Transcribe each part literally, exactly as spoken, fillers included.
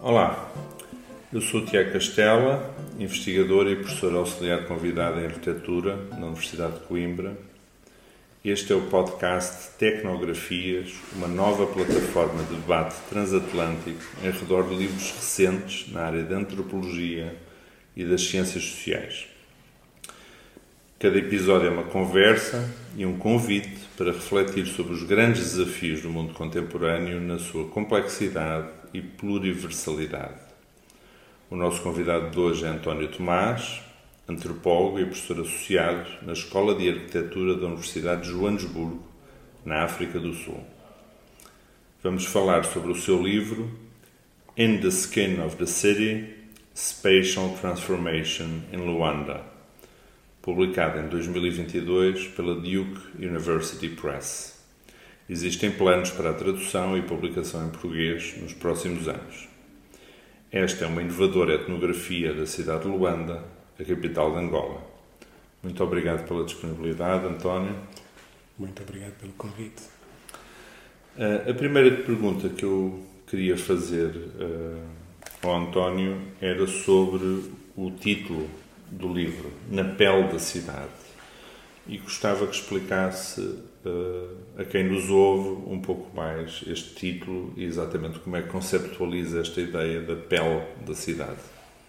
Olá, eu sou o Tiago Castela, investigador e professor auxiliar convidado em Arquitetura na Universidade de Coimbra. Este é o podcast Tecnografias, uma nova plataforma de debate transatlântico em redor de livros recentes na área da antropologia e das ciências sociais. Cada episódio é uma conversa e um convite para refletir sobre os grandes desafios do mundo contemporâneo na sua complexidade e pluriversalidade. O nosso convidado de hoje é António Tomás, antropólogo e professor associado na Escola de Arquitetura da Universidade de Joanesburgo, na África do Sul. Vamos falar sobre o seu livro In the Skin of the City: Spatial Transformation in Luanda, publicado em dois mil e vinte e dois pela Duke University Press. Existem planos para a tradução e publicação em português nos próximos anos. Esta é uma inovadora etnografia da cidade de Luanda, a capital de Angola. Muito obrigado pela disponibilidade, António. Muito obrigado pelo convite. Uh, a primeira pergunta que eu queria fazer uh, ao António era sobre o título do livro, Na Pele da Cidade. E gostava que explicasse uh, a quem nos ouve um pouco mais este título e exatamente como é que conceptualiza esta ideia da pele da cidade.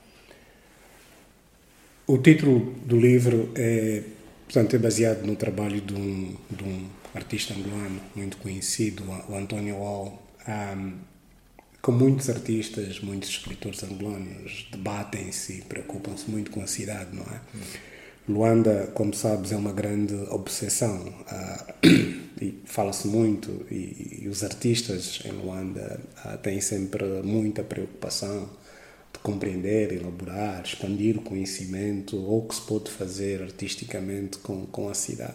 O título do livro é, portanto, é baseado no trabalho de um, de um artista angolano muito conhecido, o António Wall. Um, com muitos artistas, muitos escritores angolanos debatem-se e preocupam-se muito com a cidade, não é? Hum. Luanda, como sabes, é uma grande obsessão uh, e fala-se muito e, e os artistas em Luanda uh, têm sempre muita preocupação de compreender, elaborar, expandir o conhecimento ou o que se pode fazer artisticamente com, com a cidade.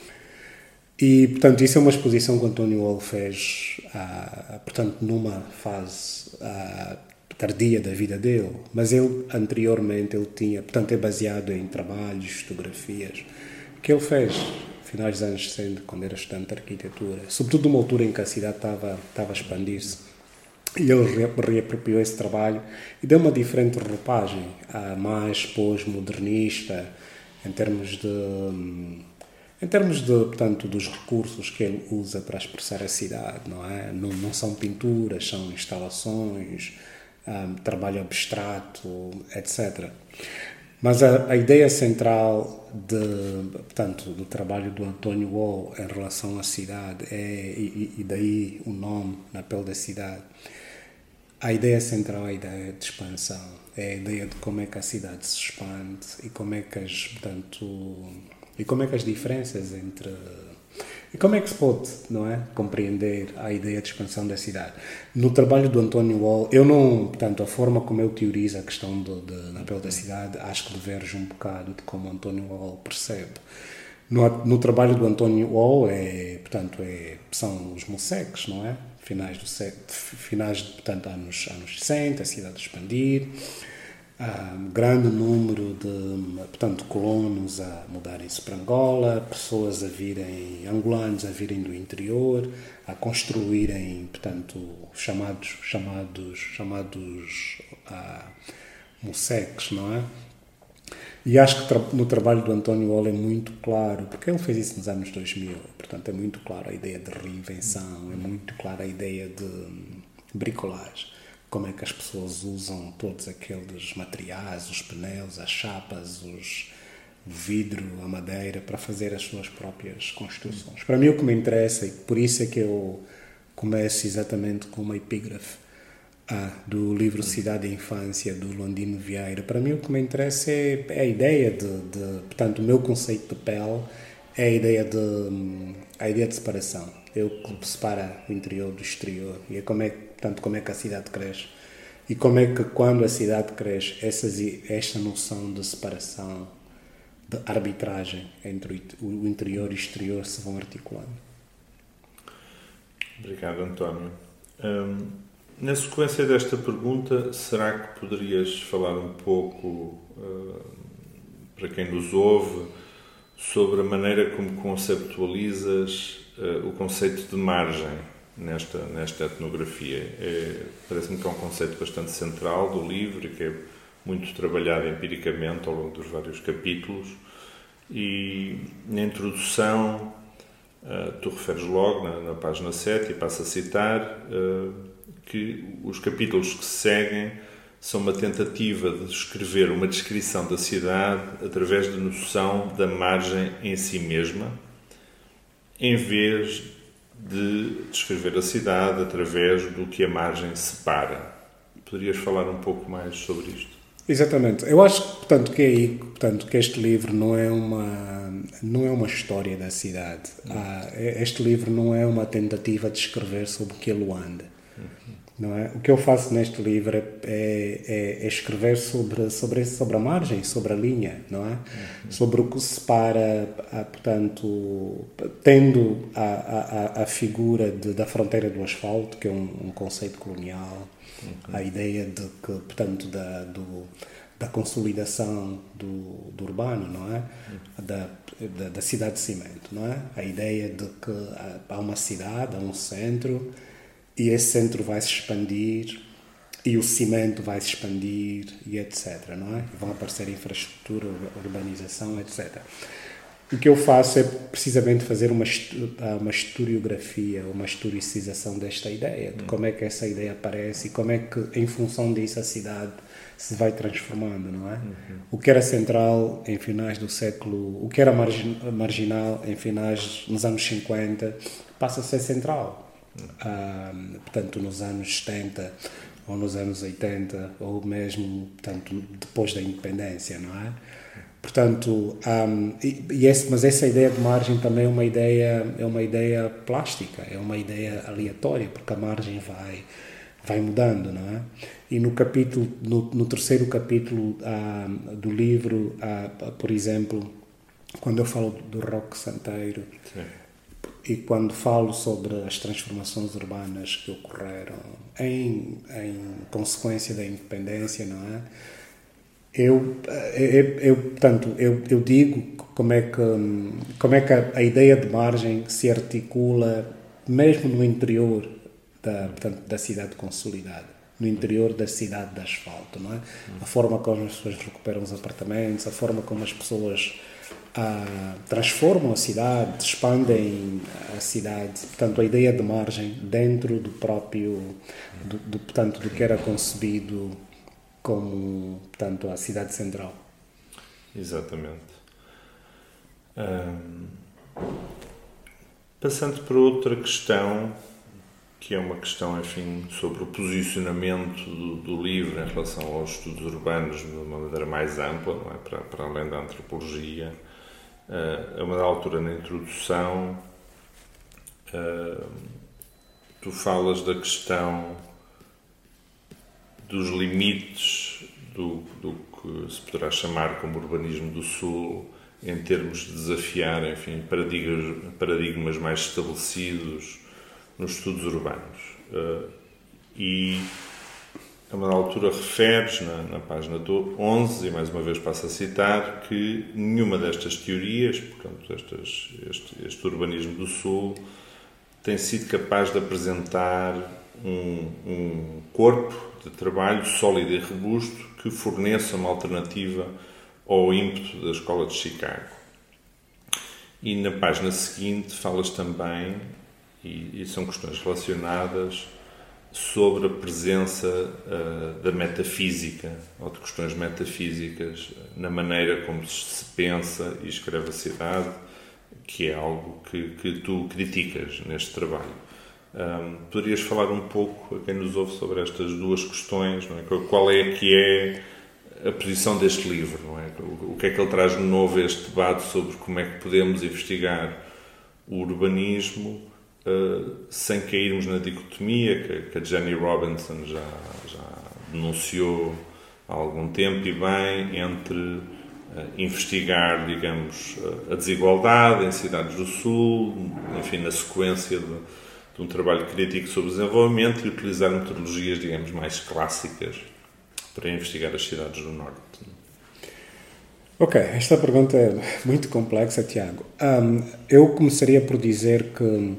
E, portanto, isso é uma exposição que o António Wall fez, uh, portanto, numa fase uh, tardia da vida dele, mas ele, anteriormente, ele tinha, portanto, é baseado em trabalhos, fotografias, que ele fez no finais dos anos sessenta, quando era estudante de arquitetura, sobretudo numa altura em que a cidade estava, estava a expandir-se. E ele reapropriou esse trabalho e deu uma diferente roupagem, uh, mais pós-modernista, em termos de... Em termos de, portanto, dos recursos que ele usa para expressar a cidade, não é? Não, não são pinturas, são instalações, um, trabalho abstrato, etcétera. Mas a, a ideia central de, portanto, do trabalho do António Wall em relação à cidade é, e, e daí o nome, Na Pele da Cidade, a ideia central é a ideia de expansão, é a ideia de como é que a cidade se expande e como é que as, portanto... E como é que as diferenças entre... E como é que se pode, não é, compreender a ideia de expansão da cidade? No trabalho do António Wall, eu não... Portanto, a forma como eu teorizo a questão de, de, na pele da cidade, acho que diverge um bocado de como o António Wall percebe. No, no trabalho do António Wall, é, portanto, é, são os moseques, não é? Finais, do século, finais portanto, anos, anos sessenta, a cidade a expandir... Um grande número de, portanto, colonos a mudarem-se para Angola, pessoas a virem, angolanos a virem do interior, a construírem, portanto, chamados, chamados, chamados uh, moseques, não é? E acho que tra- no trabalho do António Wall é muito claro, porque ele fez isso nos anos dois mil, portanto, é muito claro a ideia de reinvenção, é muito clara a ideia de bricolagem. Como é que as pessoas usam todos aqueles materiais, os pneus, as chapas, os, o vidro, a madeira, para fazer as suas próprias construções. Para mim o que me interessa, e por isso é que eu começo exatamente com uma epígrafe ah, do livro Cidade e Infância, do Londino Vieira, para mim o que me interessa é, é a ideia de, de... Portanto, o meu conceito de pele é a ideia de, a ideia de separação. É o que separa o interior do exterior. E é como é, portanto, como é que a cidade cresce. E como é que, quando a cidade cresce, essas, esta noção de separação, de arbitragem entre o interior e o exterior se vão articulando. Obrigado, António. Hum, na sequência desta pergunta, será que poderias falar um pouco, uh, para quem nos ouve, sobre a maneira como conceptualizas uh, o conceito de margem nesta, nesta etnografia. É, parece-me que é um conceito bastante central do livro e que é muito trabalhado empiricamente ao longo dos vários capítulos. E na introdução, uh, tu referes logo na, na página sete, e passo a citar, uh, que os capítulos que se seguem são uma tentativa de descrever uma descrição da cidade através da noção da margem em si mesma, em vez de descrever a cidade através do que a margem separa. Poderias falar um pouco mais sobre isto? Exatamente. Eu acho, portanto, que aí, portanto, que este livro não é uma não é uma história da cidade. Ah, este livro não é uma tentativa de escrever sobre o que é Luanda. Não é? O que eu faço neste livro é, é, é escrever sobre, sobre, sobre a margem, sobre a linha, não é? Uhum. Sobre o que separa, a, portanto, tendo a, a, a figura de, da fronteira do asfalto, que é um, um conceito colonial, uhum. A ideia de que, portanto, da, do, da consolidação do, do urbano, não é? Uhum. Da, da, da cidade de cimento, não é? A ideia de que há uma cidade, há um centro, e esse centro vai se expandir e o cimento vai se expandir e etcétera. Não é? Vão aparecer infraestrutura, urbanização, etcétera. O que eu faço é precisamente fazer uma, uma historiografia, uma historicização desta ideia, de como é que essa ideia aparece e como é que, em função disso, a cidade se vai transformando, não é? Uhum. O que era central em finais do século... O que era margin, marginal em finais... nos anos cinquenta, passa a ser central. Ah, portanto, nos anos setenta ou nos anos oitenta ou mesmo, portanto, depois da independência, não é? Portanto, um, e, e esse, mas essa ideia de margem também é uma ideia é uma ideia plástica, é uma ideia aleatória, porque a margem vai vai mudando, não é? E no capítulo no, no terceiro capítulo uh, do livro, uh, por exemplo, quando eu falo do Roque Santeiro, sim. E quando falo sobre as transformações urbanas que ocorreram em, em consequência da independência, não é? Eu, eu, eu, portanto, eu, eu digo como é que, como é que a, a ideia de margem se articula mesmo no interior da, portanto, da cidade consolidada, no interior da cidade de asfalto, não é? A forma como as pessoas recuperam os apartamentos, a forma como as pessoas ah, transformam a cidade, expandem a cidade, portanto, a ideia de margem dentro do próprio, do, do, portanto, do que era concebido como, portanto, a cidade central. Exatamente. Hum, passando para outra questão, que é uma questão, enfim, sobre o posicionamento do, do livro em relação aos estudos urbanos de uma maneira mais ampla, não é? para, para além da antropologia. Uh, a uma altura na introdução, uh, tu falas da questão dos limites do, do que se poderá chamar como urbanismo do Sul, em termos de desafiar, enfim, paradigmas, paradigmas mais estabelecidos nos estudos urbanos. Uh, e a uma altura referes, na, na página onze, e mais uma vez passo a citar, que nenhuma destas teorias, portanto, estas, este, este urbanismo do Sul, tem sido capaz de apresentar um, um corpo de trabalho sólido e robusto que forneça uma alternativa ao ímpeto da Escola de Chicago. E na página seguinte falas também, e, e são questões relacionadas, sobre a presença uh, da metafísica, ou de questões metafísicas, na maneira como se pensa e escreve a cidade, que é algo que, que tu criticas neste trabalho. Um, poderias falar um pouco a quem nos ouve sobre estas duas questões, não é? Qual é que é a posição deste livro, não é? O que é que ele traz de novo a este debate sobre como é que podemos investigar o urbanismo uh, sem cairmos na dicotomia que, que a Jenny Robinson já, já denunciou há algum tempo e bem, entre uh, investigar, digamos, a desigualdade em cidades do Sul, enfim, na sequência de de um trabalho crítico sobre desenvolvimento, e utilizar metodologias, digamos, mais clássicas para investigar as cidades do Norte. Ok, esta pergunta é muito complexa, Tiago. Um, eu começaria por dizer que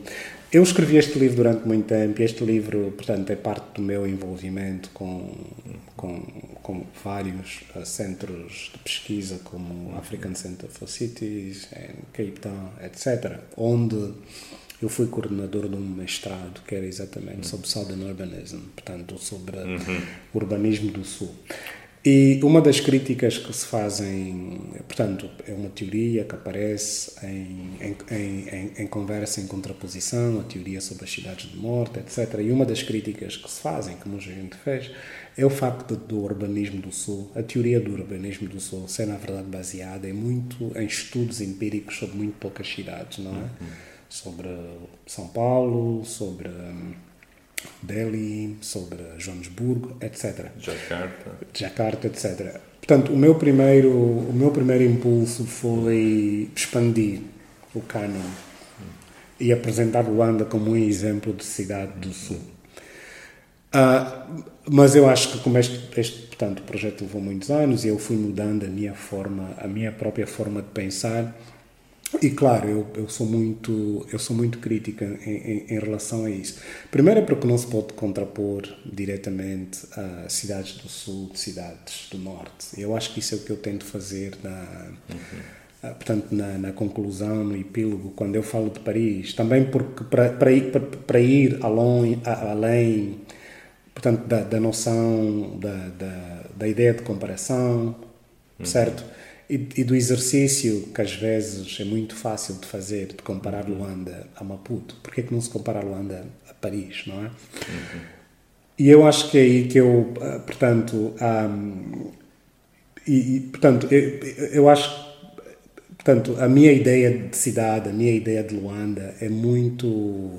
Eu escrevi este livro durante muito tempo e este livro, portanto, é parte do meu envolvimento com, com, com vários uh, centros de pesquisa, como o African Center for Cities, em Cape Town, etcétera, onde eu fui coordenador de um mestrado que era exatamente sobre Southern Urbanism, portanto, sobre uhum. urbanismo do Sul. E uma das críticas que se fazem, portanto, é uma teoria que aparece em, em, em, em conversa, em contraposição, a teoria sobre as cidades do norte, etcétera. E uma das críticas que se fazem, que muita gente fez, é o facto do urbanismo do Sul, a teoria do urbanismo do Sul ser, na verdade, baseada em, muito, em estudos empíricos sobre muito poucas cidades, não é? Uhum. Sobre São Paulo, sobre... Um, Delhi, sobre Joanesburgo, etcétera. Jakarta. Jakarta, etcétera. Portanto, o meu primeiro, o meu primeiro impulso foi expandir o cânon hum. e apresentar Luanda como um exemplo de cidade do Sul. Uh, mas eu acho que como este, este portanto, o projeto levou muitos anos e eu fui mudando a minha forma, a minha própria forma de pensar. E claro, eu, eu, sou muito, eu sou muito crítica em, em, em relação a isso. Primeiro é porque não se pode contrapor diretamente a cidades do Sul de cidades do Norte. Eu acho que isso é o que eu tento fazer na, uhum. portanto, na, na conclusão, no epílogo, quando eu falo de Paris. Também porque para, para, ir, para, para ir além, além portanto, da, da noção, da, da, da ideia de comparação, uhum. certo? E, e do exercício que às vezes é muito fácil de fazer, de comparar Luanda a Maputo. Por que não se compara Luanda a Paris, não é? Uhum. E eu acho que é aí que eu, portanto, um, e, e, portanto eu, eu acho, portanto, a minha ideia de cidade, a minha ideia de Luanda é muito,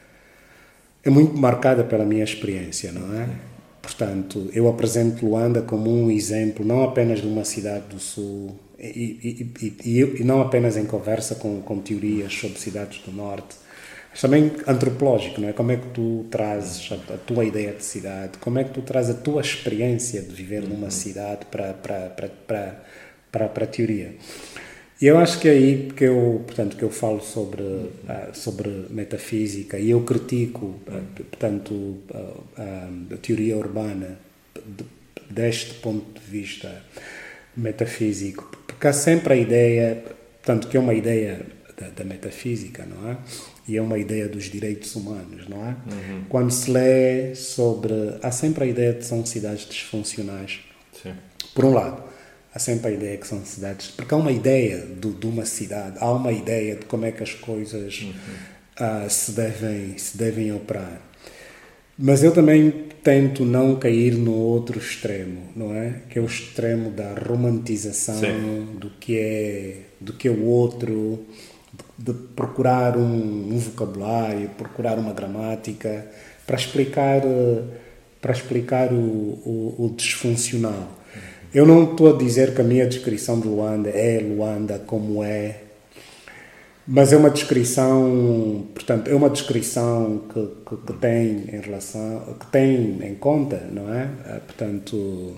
é muito marcada pela minha experiência, não é? Portanto, eu apresento Luanda como um exemplo, não apenas de uma cidade do Sul, e, e, e, e, e não apenas em conversa com, com teorias sobre cidades do Norte, mas também antropológico, não é? Como é que tu trazes a, a tua ideia de cidade, como é que tu trazes a tua experiência de viver numa cidade para, para, para, para, para, para a teoria. E eu acho que é aí que eu, portanto, que eu falo sobre, uh, sobre metafísica e eu critico, uh, portanto, uh, uh, a teoria urbana de, deste ponto de vista metafísico, porque há sempre a ideia, portanto, que é uma ideia da, da metafísica, não é? E é uma ideia dos direitos humanos, não é? Uhum. Quando se lê sobre... Há sempre a ideia de que são cidades disfuncionais. Sim. Por um lado. Há sempre a ideia que são cidades... Porque há uma ideia do, de uma cidade, há uma ideia de como é que as coisas uhum. uh, se, devem, se devem operar. Mas eu também tento não cair no outro extremo, não é? Que é o extremo da romantização Sim. do que é, do que é o outro, de, de procurar um, um vocabulário, procurar uma gramática para explicar, para explicar o, o, o disfuncional. Eu não estou a dizer que a minha descrição de Luanda é Luanda como é, mas é uma descrição, portanto, é uma descrição que, que, que tem em relação, que tem em conta, não é? Portanto,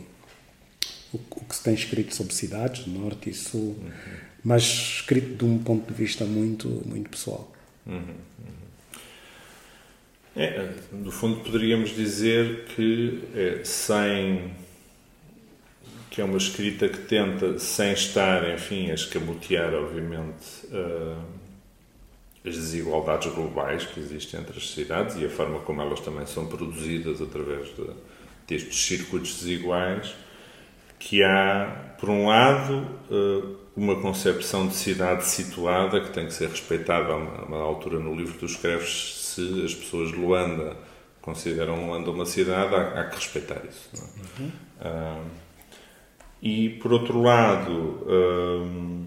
o, o que se tem escrito sobre cidades do Norte e Sul, uhum. mas escrito de um ponto de vista muito, muito pessoal. Uhum. Uhum. É, no fundo, poderíamos dizer que é, sem... que é uma escrita que tenta, sem estar, enfim, a escamotear, obviamente, uh, as desigualdades globais que existem entre as cidades e a forma como elas também são produzidas através de, destes circuitos desiguais, que há, por um lado, uh, uma concepção de cidade situada que tem que ser respeitada a uma, a uma altura no livro que tu escreves. Se as pessoas de Luanda consideram Luanda uma cidade, há, há que respeitar isso, não é? Uhum. Uh, E, por outro lado, hum,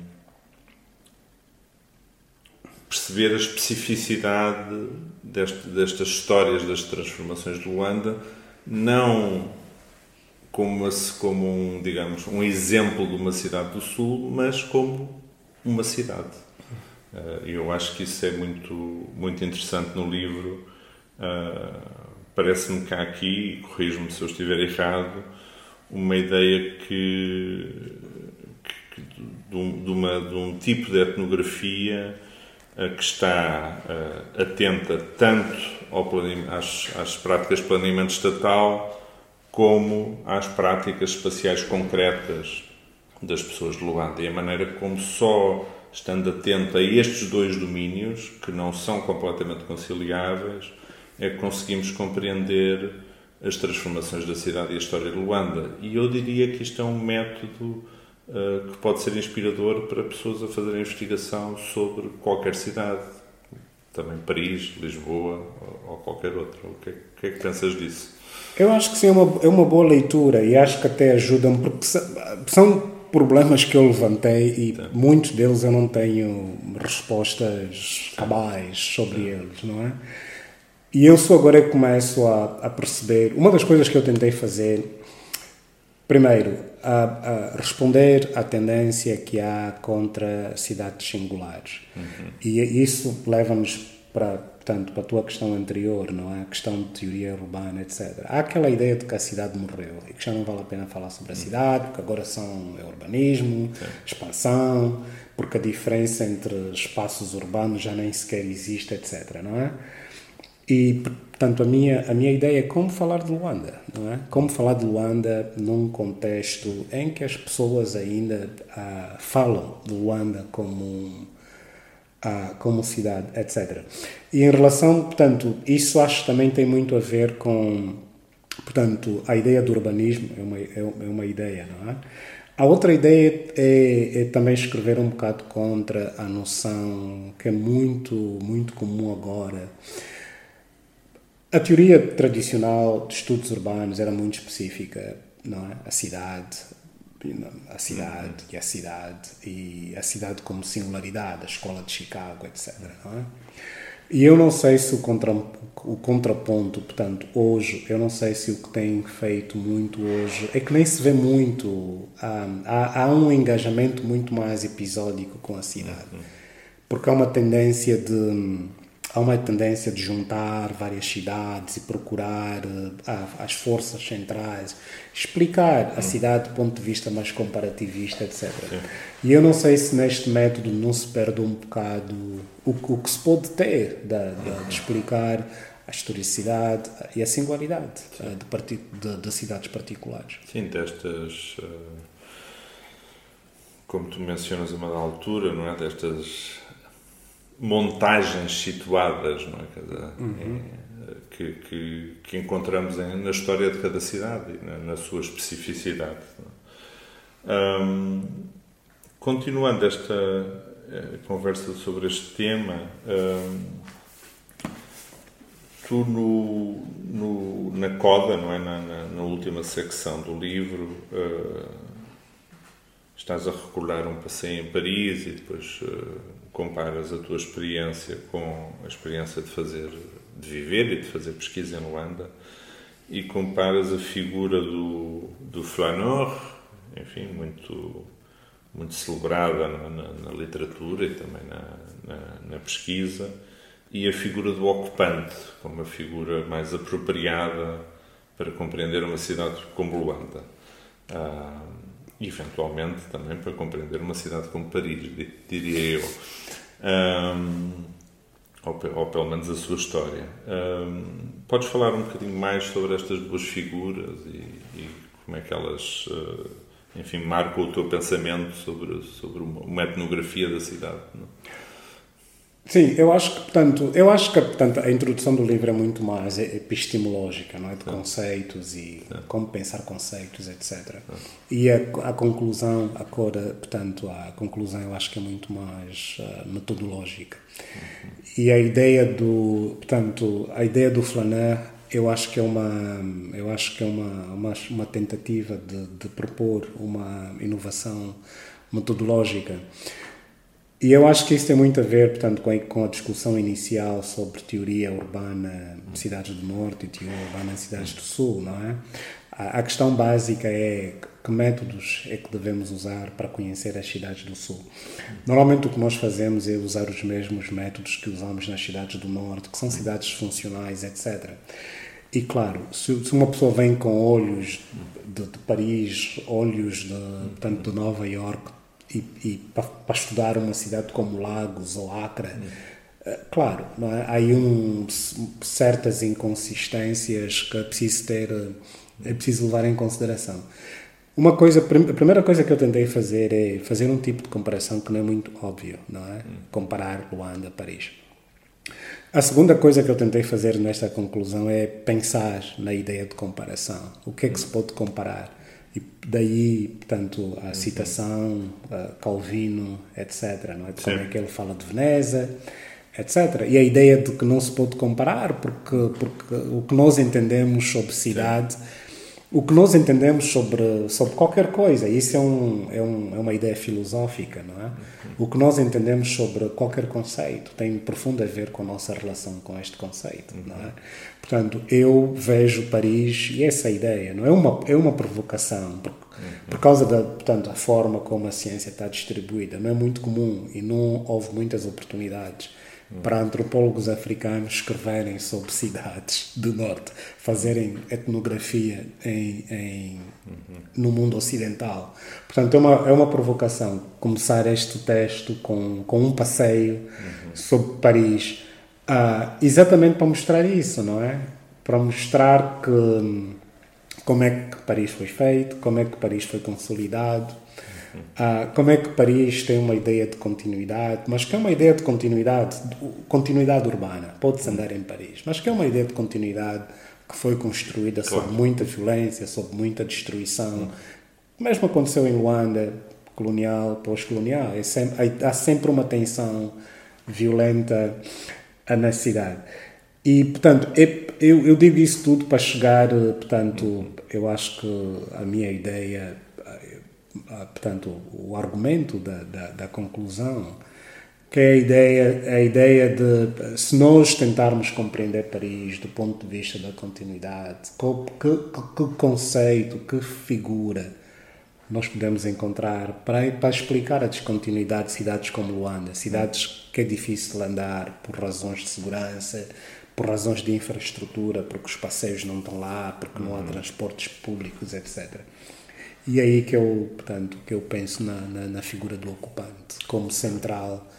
perceber a especificidade deste, destas histórias das transformações de Luanda, não como, como um, digamos, um exemplo de uma cidade do Sul, mas como uma cidade. E eu acho que isso é muito, muito interessante no livro. Uh, parece-me que há aqui, corrijo-me se eu estiver errado, uma ideia que, que de, um, de, uma, de um tipo de etnografia que está atenta tanto ao planeamento, às, às práticas de planeamento estatal como às práticas espaciais concretas das pessoas de Luanda. E a maneira como só estando atento a estes dois domínios, que não são completamente conciliáveis, é que conseguimos compreender as transformações da cidade e a história de Luanda. E eu diria que isto é um método uh, que pode ser inspirador para pessoas a fazerem investigação sobre qualquer cidade, também Paris, Lisboa ou, ou qualquer outra. O que é, o que é que pensas disso? Eu acho que sim, é uma, é uma boa leitura e acho que até ajuda-me, porque são problemas que eu levantei e sim. muitos deles eu não tenho respostas cabais sobre sim. eles, não é? E eu só agora que começo a, a perceber... Uma das coisas que eu tentei fazer, primeiro, a, a responder à tendência que há contra cidades singulares. Uhum. E isso leva-nos para, portanto, para a tua questão anterior, não é? A questão de teoria urbana, etcétera. Há aquela ideia de que a cidade morreu e que já não vale a pena falar sobre a cidade, porque agora são é urbanismo, sim. expansão, porque a diferença entre espaços urbanos já nem sequer existe, etcétera, não é? E, portanto, a minha, a minha ideia é como falar de Luanda, não é? Como falar de Luanda num contexto em que as pessoas ainda ah, falam de Luanda como, ah, como cidade, etcétera. E em relação, portanto, isso acho que também tem muito a ver com, portanto, a ideia do urbanismo é uma, é uma ideia, não é? A outra ideia é, é também escrever um bocado contra a noção que é muito, muito comum agora. A teoria tradicional de estudos urbanos era muito específica, não é? A cidade, a cidade uhum. e a cidade, e a cidade como singularidade, a escola de Chicago, etcétera, não é? E eu não sei se o, contra, o contraponto, portanto, hoje, eu não sei se o que tem feito muito hoje, é que nem se vê muito, um, há, há um engajamento muito mais episódico com a cidade, uhum. porque há uma tendência de... Há uma tendência de juntar várias cidades e procurar uh, as forças centrais, explicar a cidade do ponto de vista mais comparativista, etcétera. Sim. E eu não sei se neste método não se perde um bocado o, o que se pode ter de, de, de explicar a historicidade e a singularidade uh, de, parti, de, de cidades particulares. Sim, destas, uh, como tu mencionas a uma altura, não é? Destas... montagens situadas, não é? Cada, uhum. é, que, que, que encontramos em, na história de cada cidade e na, na sua especificidade. Um, continuando esta uh, conversa sobre este tema, um, tu no, no, na coda, não é? na, na, na última secção do livro, uh, estás a recordar um passeio em Paris e depois uh, comparas a tua experiência com a experiência de fazer, de viver e de fazer pesquisa em Luanda e comparas a figura do, do flaneur, enfim, muito, muito celebrada na, na, na literatura e também na, na, na pesquisa, e a figura do ocupante, como uma figura mais apropriada para compreender uma cidade como Luanda. Ah, e, eventualmente, também para compreender uma cidade como Paris, diria eu. Um, ou, ou pelo menos a sua história. Um, podes falar um bocadinho mais sobre estas duas figuras e, e como é que elas, uh, enfim, marcam o teu pensamento sobre, sobre uma, uma etnografia da cidade, não? Sim, eu acho que, portanto, eu acho que portanto, a introdução do livro é muito mais epistemológica, não é? De Sim. conceitos e Sim. como pensar conceitos, etcétera. Sim. E a, a conclusão, a cora, portanto, a conclusão eu acho que é muito mais uh, metodológica. Uhum. E a ideia do, portanto, a ideia do flaneur, eu acho que é uma, eu acho que é uma, uma, uma tentativa de, de propor uma inovação metodológica. E eu acho que isso tem muito a ver, portanto, com a, com a discussão inicial sobre teoria urbana em cidades do Norte e teoria urbana em cidades do Sul, não é? A, a questão básica é que métodos é que devemos usar para conhecer as cidades do Sul. Normalmente o que nós fazemos é usar os mesmos métodos que usamos nas cidades do Norte, que são cidades funcionais, etcétera. E claro, se, se uma pessoa vem com olhos de, de Paris, olhos de, portanto, de Nova Iorque, e, e para estudar uma cidade como Lagos ou Accra, uhum. uh, claro, não é? Há aí um, certas inconsistências que é preciso ter, é preciso levar em consideração. Uma coisa, a primeira coisa que eu tentei fazer é fazer um tipo de comparação que não é muito óbvio, não é? Uhum. Comparar Luanda a Paris. A segunda coisa que eu tentei fazer nesta conclusão é pensar na ideia de comparação. O que é que se pode comparar? E daí, portanto, a citação, a Calvino, etcétera. Não é? De como é que ele fala de Veneza, etcétera. E a ideia de que não se pode comparar porque, porque o que nós entendemos sobre cidade... Sim. O que nós entendemos sobre, sobre qualquer coisa, isso é, um, é, um, é uma ideia filosófica, não é? O que nós entendemos sobre qualquer conceito tem profundo a ver com a nossa relação com este conceito, não é? Portanto, eu vejo Paris, e essa ideia, não é uma, é uma provocação, por, por causa da, portanto, a forma como a ciência está distribuída, não é muito comum e não houve muitas oportunidades para antropólogos africanos escreverem sobre cidades do norte, fazerem etnografia em, em, uhum. no mundo ocidental. Portanto, é uma, é uma provocação começar este texto com, com um passeio uhum. sobre Paris, uh, exatamente para mostrar isso, não é? Para mostrar que, como é que Paris foi feito, como é que Paris foi consolidado, Uh, como é que Paris tem uma ideia de continuidade, mas que é uma ideia de continuidade, continuidade urbana, pode-se andar em Paris, mas que é uma ideia de continuidade que foi construída claro. sob muita violência, sob muita destruição. O mesmo aconteceu em Luanda, colonial, pós-colonial. É sempre, há sempre uma tensão violenta na cidade. E, portanto, eu, eu digo isso tudo para chegar, portanto, eu acho que a minha ideia... portanto, o argumento da, da, da conclusão, que é a ideia, a ideia de, se nós tentarmos compreender Paris do ponto de vista da continuidade, que, que, que conceito, que figura nós podemos encontrar para, para explicar a descontinuidade de cidades como Luanda, cidades que é difícil andar por razões de segurança, por razões de infraestrutura, porque os passeios não estão lá, porque não há transportes públicos, etcétera. E é aí que eu, portanto, que eu penso na, na, na figura do ocupante como central,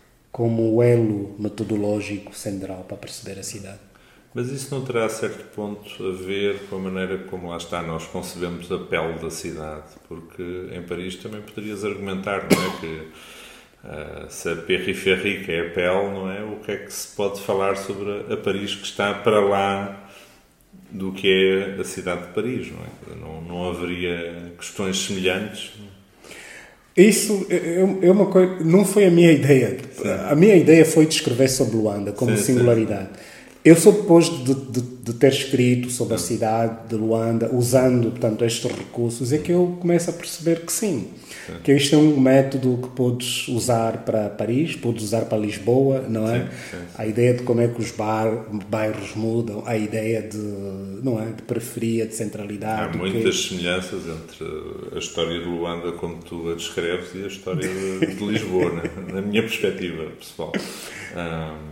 como o elo metodológico central para perceber a cidade. Mas isso não terá, a certo ponto, a ver com a maneira como lá está nós concebemos a pele da cidade? Porque em Paris também poderias argumentar, não é, que uh, se a periferia é a pele, não é, o que é que se pode falar sobre a Paris que está para lá do que é a cidade de Paris, não é? Não, não haveria questões semelhantes? Isso é, é uma coisa, não foi a minha ideia. Sim. A minha ideia foi descrever sobre Luanda como sim, singularidade. Sim. Eu só depois de, de, de ter escrito sobre sim. a cidade de Luanda, usando, portanto, estes recursos, é que eu começo a perceber que sim, sim. que este é um método que podes usar para Paris, podes usar para Lisboa, não é? Sim, sim, sim. A ideia de como é que os bar, bairros mudam, a ideia de, não é, de periferia, de centralidade. Há muitas que... semelhanças entre a história de Luanda como tu a descreves e a história de, de Lisboa, né? Na minha perspectiva pessoal. Um...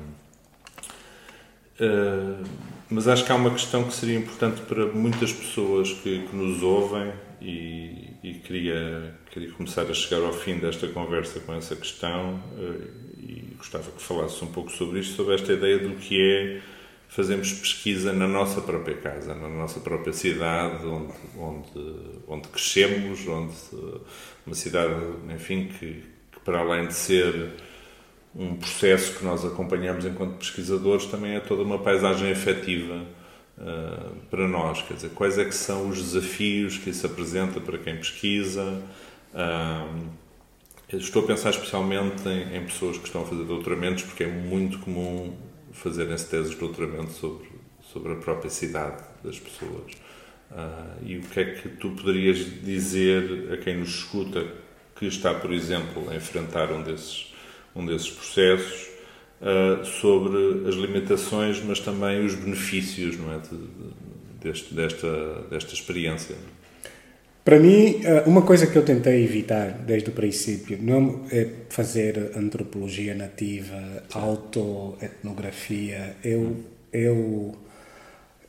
Uh, mas acho que há uma questão que seria importante para muitas pessoas que, que nos ouvem e, e queria, queria começar a chegar ao fim desta conversa com essa questão uh, e gostava que falasses um pouco sobre isto, sobre esta ideia do que é fazermos pesquisa na nossa própria casa, na nossa própria cidade, onde, onde, onde crescemos, onde uma cidade, enfim, que, que para além de ser um processo que nós acompanhamos enquanto pesquisadores, também é toda uma paisagem afetiva uh, para nós. Quer dizer, quais é que são os desafios que isso apresenta para quem pesquisa? Uh, eu estou a pensar especialmente em, em pessoas que estão a fazer doutoramentos, porque é muito comum fazerem-se teses de doutoramento sobre, sobre a própria cidade das pessoas. Uh, e o que é que tu poderias dizer a quem nos escuta que está, por exemplo, a enfrentar um desses um desses processos, uh, sobre as limitações, mas também os benefícios, não é, de, de, deste, desta, desta experiência? Para mim, uma coisa que eu tentei evitar desde o princípio não é fazer antropologia nativa, autoetnografia. Eu, eu,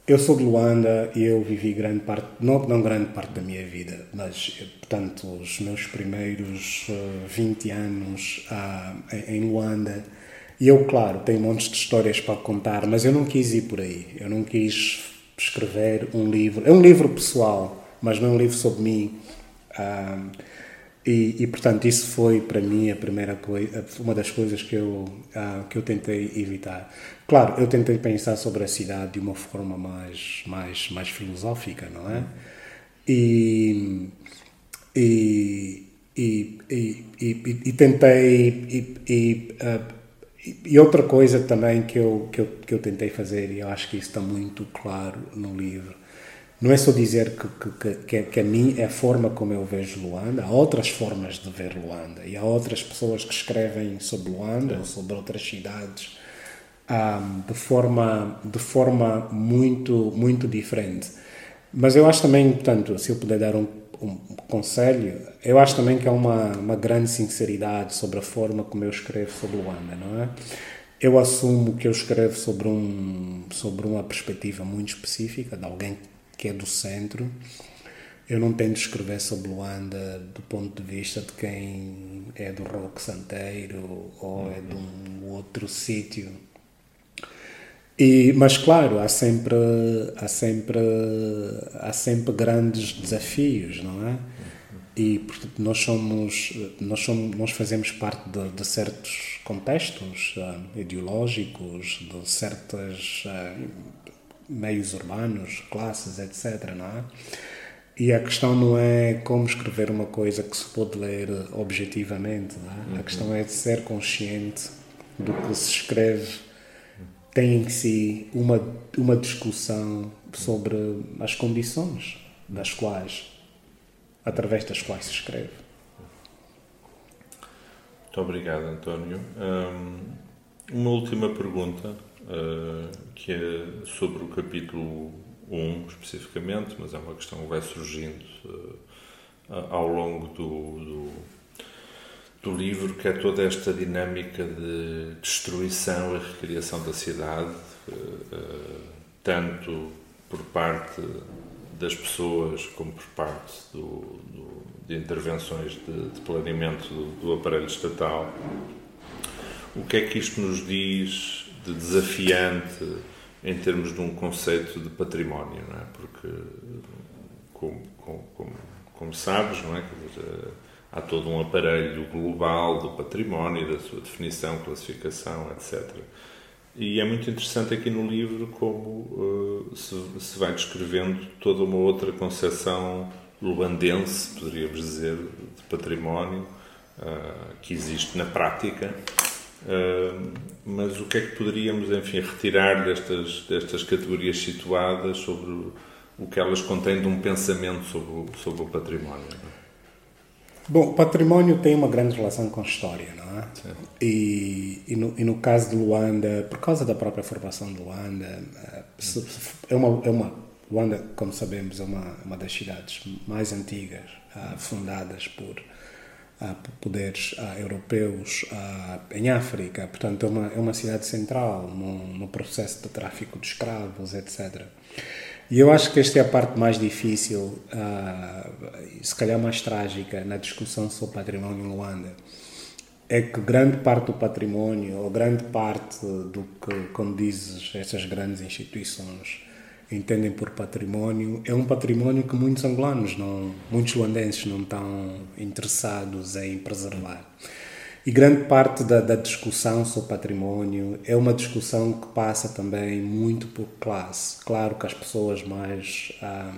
Eu sou de Luanda e eu vivi grande parte, não, não grande parte da minha vida, mas, portanto, os meus primeiros uh, vinte anos uh, em Luanda. E eu, claro, tenho montes de histórias para contar, mas eu não quis ir por aí. Eu não quis escrever um livro. É um livro pessoal, mas não é um livro sobre mim. Uh, e, e, portanto, isso foi, para mim, a primeira coisa, uma das coisas que eu, uh, que eu tentei evitar. Claro, eu tentei pensar sobre a cidade de uma forma mais, mais, mais filosófica, não é? E, e, e, e, e, e tentei... E, e, uh, e outra coisa também que eu, que, eu, que eu tentei fazer, e eu acho que isso está muito claro no livro, não é só dizer que, que, que, que a mim é a forma como eu vejo Luanda, há outras formas de ver Luanda, e há outras pessoas que escrevem sobre Luanda ou sobre outras cidades um, de forma, de forma muito, muito diferente. Mas eu acho também, portanto, se eu puder dar um, um conselho, eu acho também que há uma, uma grande sinceridade sobre a forma como eu escrevo sobre Luanda, não é? Eu assumo que eu escrevo sobre, um, sobre uma perspectiva muito específica, de alguém que é do centro. Eu não tento escrever sobre Luanda do ponto de vista de quem é do Roque Santeiro ou é de um outro sítio. E, mas claro, há sempre, há, sempre, há sempre grandes desafios, não é? E portanto, nós, somos, nós, somos, nós fazemos parte de, de certos contextos uh, ideológicos, de certos uh, meios urbanos, classes, etcétera, não é? E a questão não é como escrever uma coisa que se pode ler objetivamente, não é? Uhum. A questão é de ser consciente do que se escreve. Tem em si uma, uma discussão sobre as condições das quais, através das quais se escreve. Muito obrigado, António. Um, uma última pergunta, uh, que é sobre o capítulo um, especificamente, mas é uma questão que vai surgindo uh, ao longo do, do, do livro, que é toda esta dinâmica de destruição e recriação da cidade, uh, uh, tanto por parte das pessoas como por parte do, do, de intervenções de, de planeamento do, do aparelho estatal. O que é que isto nos diz de desafiante em termos de um conceito de património, não é? Porque, como, como, como sabes, não é? Há todo um aparelho global do património, da sua definição, classificação, etcétera. E é muito interessante aqui no livro como uh, se, se vai descrevendo toda uma outra concepção luandense, poderíamos dizer, de património, uh, que existe na prática. Uh, mas o que é que poderíamos, enfim, retirar destas, destas categorias situadas sobre o, o que elas contêm de um pensamento sobre o, sobre o património? Bom, o património tem uma grande relação com a história, não é? Sim. E, e, no, e no caso de Luanda, por causa da própria formação de Luanda, é uma, é uma, Luanda, como sabemos, é uma, uma das cidades mais antigas, uh, fundadas por, uh, por poderes uh, europeus uh, em África. Portanto, é uma, é uma cidade central no, no processo de tráfico de escravos, etcétera. E eu acho que esta é a parte mais difícil, uh, se calhar mais trágica, na discussão sobre património em Luanda. É que grande parte do património, ou grande parte do que, como dizes, essas grandes instituições entendem por património, é um património que muitos angolanos, não, muitos luandenses não estão interessados em preservar. E grande parte da, da discussão sobre património é uma discussão que passa também muito por classe. Claro que as pessoas mais, ah,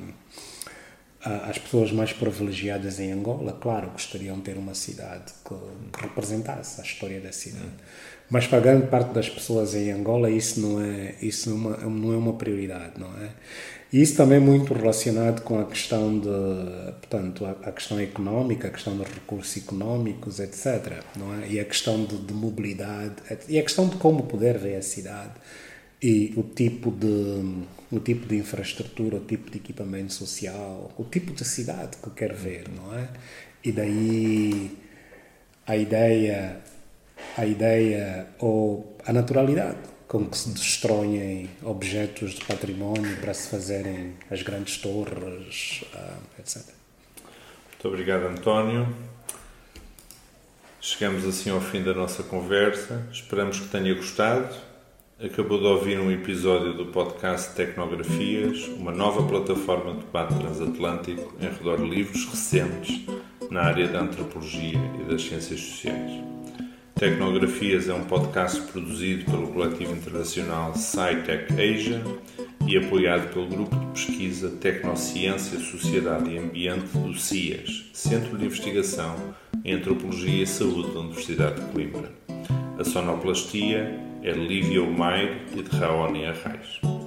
as pessoas mais privilegiadas em Angola, claro, gostariam de ter uma cidade que, que representasse a história da cidade. Mas para a grande parte das pessoas em Angola isso não é, isso não é, uma, não é uma prioridade, não é? E isso também é muito relacionado com a questão de, portanto, a, a questão económica, a questão dos recursos económicos, etcétera, não é? E a questão de, de mobilidade, e a questão de como poder ver a cidade e o tipo de, o tipo de infraestrutura, o tipo de equipamento social, o tipo de cidade que quer ver, não é? E daí a ideia, a ideia ou a naturalidade com que se destroem objetos de património para se fazerem as grandes torres, etcétera. Muito obrigado, António. Chegamos assim ao fim da nossa conversa. Esperamos que tenha gostado. Acabou de ouvir um episódio do podcast Tecnografias, uma nova plataforma de debate transatlântico em redor de livros recentes na área da antropologia e das ciências sociais. Tecnografias é um podcast produzido pelo coletivo internacional SciTech Asia e apoiado pelo grupo de pesquisa Tecnociência, Sociedade e Ambiente do C I A S, Centro de Investigação em Antropologia e Saúde da Universidade de Coimbra. A sonoplastia é de Lívia Omair e de Raoni Arraes.